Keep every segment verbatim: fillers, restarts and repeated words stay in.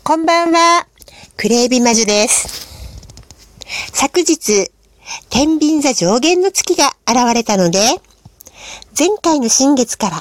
こんばんは、クレイビ魔女です。昨日、天秤座上弦の月が現れたので、前回の新月から、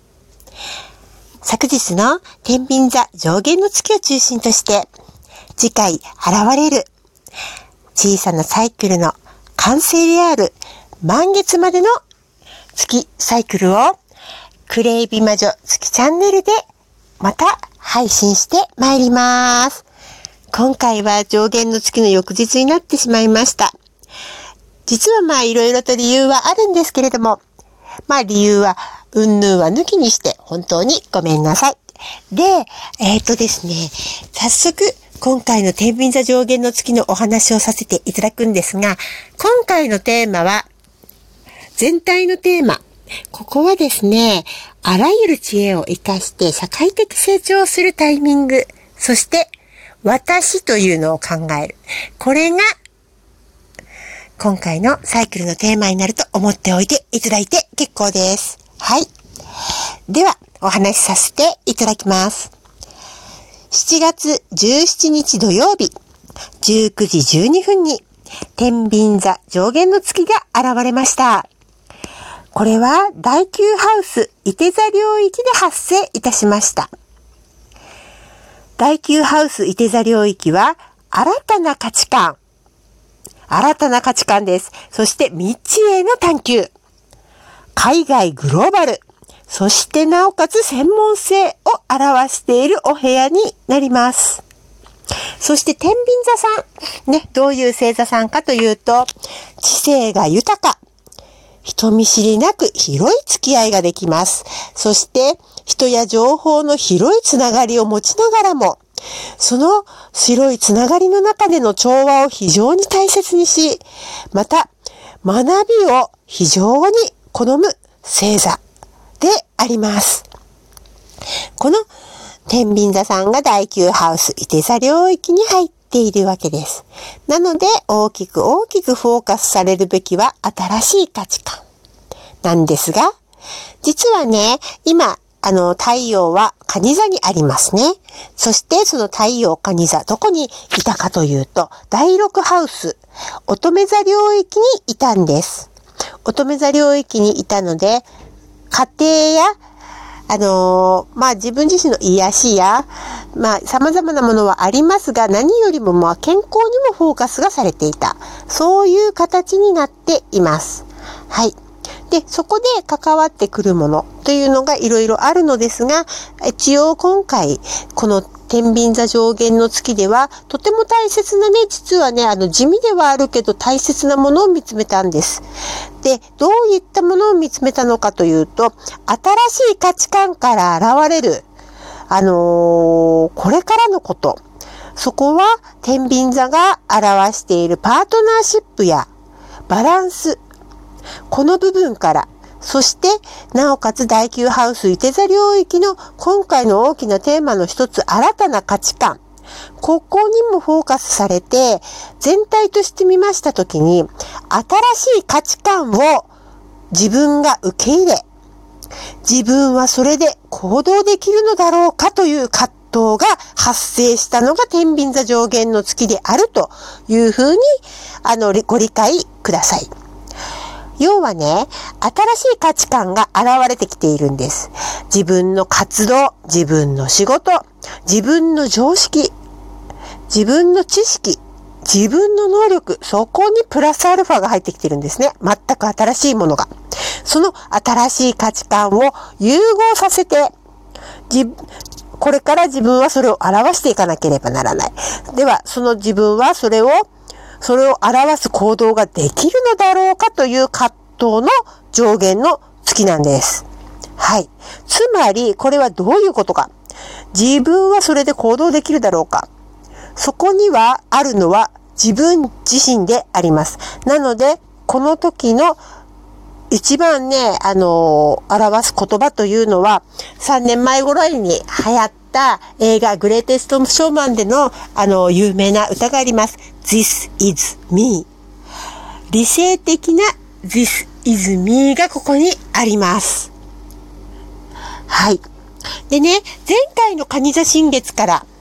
昨日の天秤座上弦の月を中心として、次回現れる小さなサイクルの完成である満月までの月サイクルを、クレイビ魔女月チャンネルでまた配信してまいります。今回は上弦の月の翌日になってしまいました。実はまあいろいろと理由はあるんですけれども、まあ理由はうんぬんは抜きにして本当にごめんなさい。で、えっとですね、早速今回の天秤座上弦の月のお話をさせていただくんですが、今回のテーマは全体のテーマ。ここはですね、あらゆる知恵を活かして社会的成長をするタイミング、そして私というのを考える。これが今回のサイクルのテーマになると思っておいていただいて結構です。はい。では、お話しさせていただきます。しちがつじゅうしちにち土曜日、じゅうくじじゅうにふんに天秤座上弦の月が現れました。これはだいきゅうハウスいて座領域で発生いたしました。だいきゅうハウスいて座領域は新たな価値観。新たな価値観です。そして未知への探求。海外グローバル。そしてなおかつ専門性を表しているお部屋になります。そして天秤座さん。ね、どういう星座さんかというと、知性が豊か。人見知りなく広い付き合いができます。そして人や情報の広いつながりを持ちながらも、その広いつながりの中での調和を非常に大切にし、また学びを非常に好む星座であります。この天秤座さんがだいきゅうハウスいて座領域に入っているわけです。なので大きく大きくフォーカスされるべきは新しい価値観なんですが、実はね、今あの太陽は蟹座にありますね。そしてその太陽蟹座どこにいたかというと、だいろくハウス乙女座領域にいたんです。乙女座領域にいたので、家庭やあのー、まあ自分自身の癒しや、まあ様々なものはありますが、何よりもまあ健康にもフォーカスがされていた。そういう形になっています。はい。で、そこで関わってくるものというのがいろいろあるのですが、一応今回、この天秤座上弦の月では、とても大切なね、実はね、あの地味ではあるけど大切なものを見つめたんです。で、どういったものを見つめたのかというと、新しい価値観から現れる、あのー、これからのこと。そこは天秤座が表しているパートナーシップやバランス、この部分から、そしてなおかつだいきゅうハウスいて座領域の今回の大きなテーマの一つ、新たな価値観。ここにもフォーカスされて、全体として見ましたときに、新しい価値観を自分が受け入れ、自分はそれで行動できるのだろうかという葛藤が発生したのが天秤座上弦の月であるというふうに、あの、ご理解ください。要はね、新しい価値観が現れてきているんです。自分の活動、自分の仕事、自分の常識、自分の知識、自分の能力、そこにプラスアルファが入ってきてるんですね。全く新しいものが。その新しい価値観を融合させて、これから自分はそれを表していかなければならない。では、その自分はそれをそれを表す行動ができるのだろうかという葛藤の上弦の月なんです。はい。つまり、これはどういうことか。自分はそれで行動できるだろうか。そこにはあるのは自分自身であります。なので、この時の一番ね、あのー、表す言葉というのは、さんねんまえ頃に流行った映画グレイテストショーマンでの、あのー、有名な歌があります。This is me。理性的な This is me がここにあります。はい。でね、前回の蟹座新月から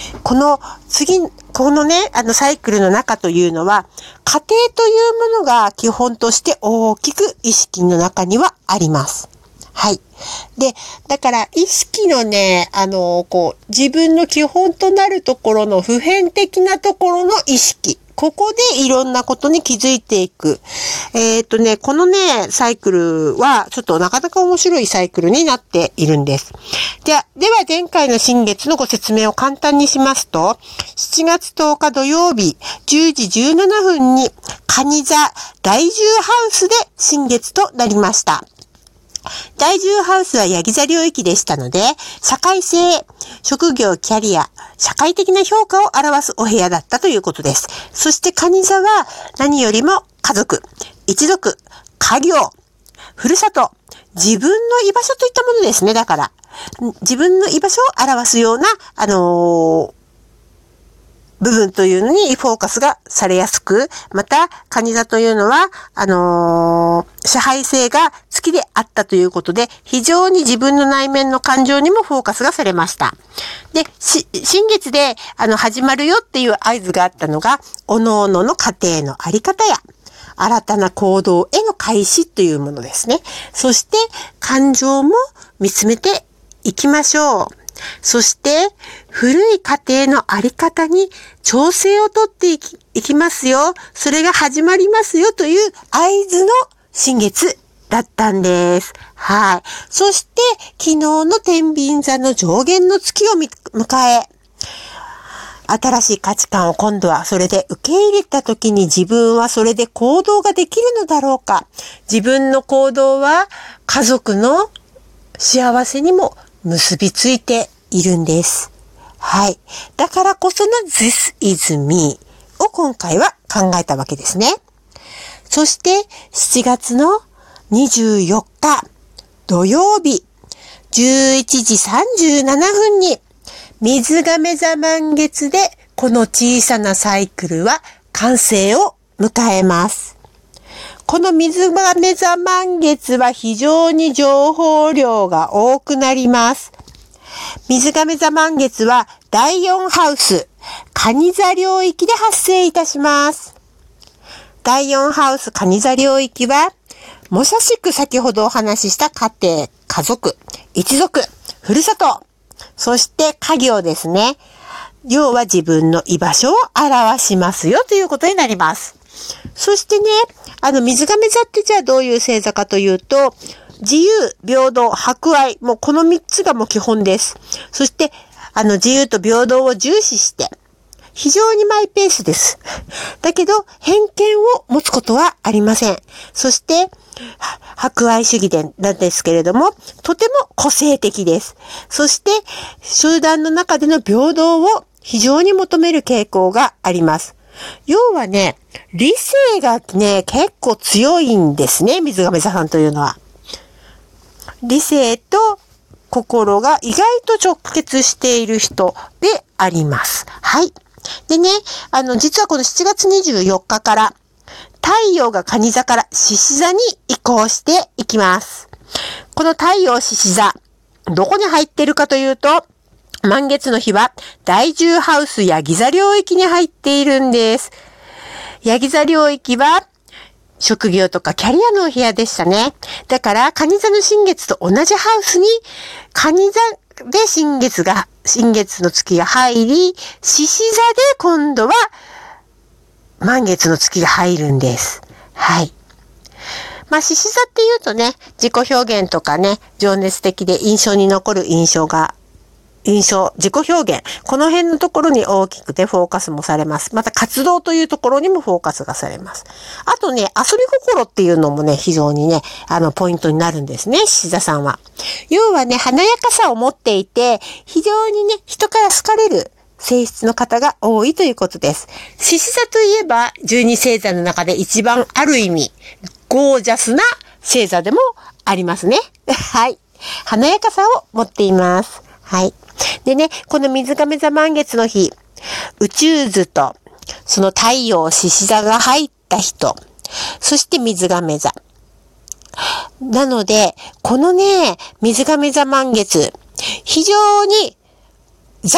この次、このね、あのサイクルの中というのは、家庭というものが基本として大きく意識の中にはあります。はい。で、だから意識のね、あの、こう、自分の基本となるところの普遍的なところの意識。ここでいろんなことに気づいていく。えっとね、このね、サイクルは、ちょっとなかなか面白いサイクルになっているんです。では、では前回の新月のご説明を簡単にしますと、しちがつとおか土曜日、じゅうじじゅうななふんに、蟹座第じゅうハウスで新月となりました。第じゅうハウスはヤギ座領域でしたので、社会性、職業、キャリア、社会的な評価を表すお部屋だったということです。そして蟹座は何よりも家族、一族、家業、ふるさと、自分の居場所といったものですね。だから、自分の居場所を表すような、あのー、部分というのにフォーカスがされやすく、また、蟹座というのは、あのー、支配性が月であったということで、非常に自分の内面の感情にもフォーカスがされました。で、新月で、あの、始まるよっていう合図があったのが、各々の家庭のあり方や、新たな行動への開始というものですね。そして、感情も見つめていきましょう。そして、古い家庭のあり方に調整をとっていき、いきますよ。それが始まりますよという合図の新月だったんです。はい。そして、昨日の天秤座の上限の月を迎え、新しい価値観を今度はそれで受け入れたときに自分はそれで行動ができるのだろうか。自分の行動は家族の幸せにも結びついているんです。はい。だからこその This is me を今回は考えたわけですね。そしてしちがつのにじゅうよっか土曜日じゅういちじさんじゅうななふんに水亀座満月でこの小さなサイクルは完成を迎えます。この水亀座満月は非常に情報量が多くなります。水亀座満月はだいよんハウス、蟹座領域で発生いたします。だいよんハウス蟹座領域は、まさしく先ほどお話しした家庭、家族、一族、ふるさと、そして家業ですね。要は自分の居場所を表しますよということになります。そしてね、あの水亀座ってじゃあどういう星座かというと、自由、平等、博愛、もうこのみっつがもう基本です。そして、あの自由と平等を重視して、非常にマイペースです。だけど、偏見を持つことはありません。そして、博愛主義でなんですけれども、とても個性的です。そして、集団の中での平等を非常に求める傾向があります。要はね、理性がね、結構強いんですね、水亀座さんというのは。理性と心が意外と直結している人であります。はい。でね、あの、実はこのしちがつにじゅうよっかから、太陽が蟹座から獅子座に移行していきます。この太陽獅子座、どこに入っているかというと、満月の日はだいじゅうハウスヤギ座領域に入っているんです。ヤギ座領域は、職業とかキャリアのお部屋でしたね。だから、蟹座の新月と同じハウスに、蟹座で新月が、新月の月が入り、獅子座で今度は満月の月が入るんです。はい。まあ、獅子座っていうとね、自己表現とかね、情熱的で印象に残る印象が、印象、自己表現。この辺のところに大きくてフォーカスもされます。また活動というところにもフォーカスがされます。あとね、遊び心っていうのもね、非常にね、あの、ポイントになるんですね、獅子座さんは。要はね、華やかさを持っていて、非常にね、人から好かれる性質の方が多いということです。獅子座といえば、じゅうに星座の中で一番ある意味、ゴージャスな星座でもありますね。はい。華やかさを持っています。はい。でね、この水亀座満月の日、宇宙図と、その太陽獅子座が入った人、そして水亀座。なので、このね、水亀座満月、非常にザ・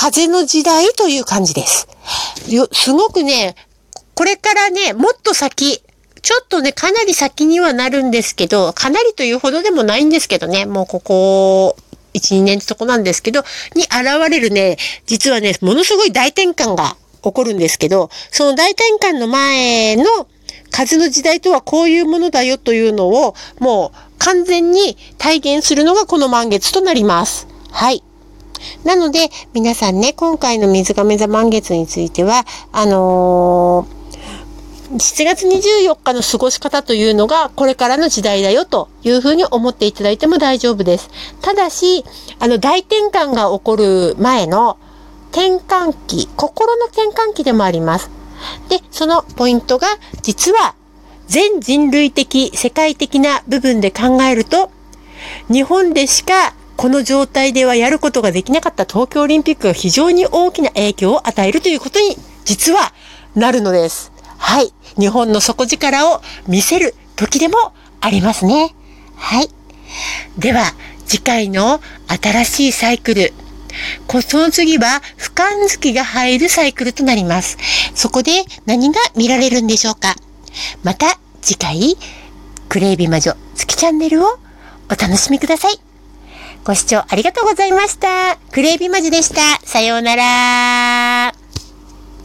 風の時代という感じです。よ、すごくね、これからね、もっと先、ちょっとね、かなり先にはなるんですけど、かなりというほどでもないんですけどね、もうここ、いち、にねんってとこなんですけど、に現れるね、実はね、ものすごい大転換が起こるんですけど、その大転換の前の風の時代とはこういうものだよというのを、もう完全に体現するのがこの満月となります。はい。なので、皆さんね、今回の水亀座満月については、あのー、しちがつにじゅうよっかの過ごし方というのがこれからの時代だよというふうに思っていただいても大丈夫です。ただし、あの大転換が起こる前の転換期、心の転換期でもあります。で、そのポイントが実は全人類的、世界的な部分で考えると、日本でしかこの状態ではやることができなかった東京オリンピックが非常に大きな影響を与えるということに実はなるのです。はい。日本の底力を見せる時でもありますね。はい。では、次回の新しいサイクル。その次は、俯瞰月が入るサイクルとなります。そこで何が見られるんでしょうか。また次回、クレイビ魔女月チャンネルをお楽しみください。ご視聴ありがとうございました。クレイビ魔女でした。さようなら。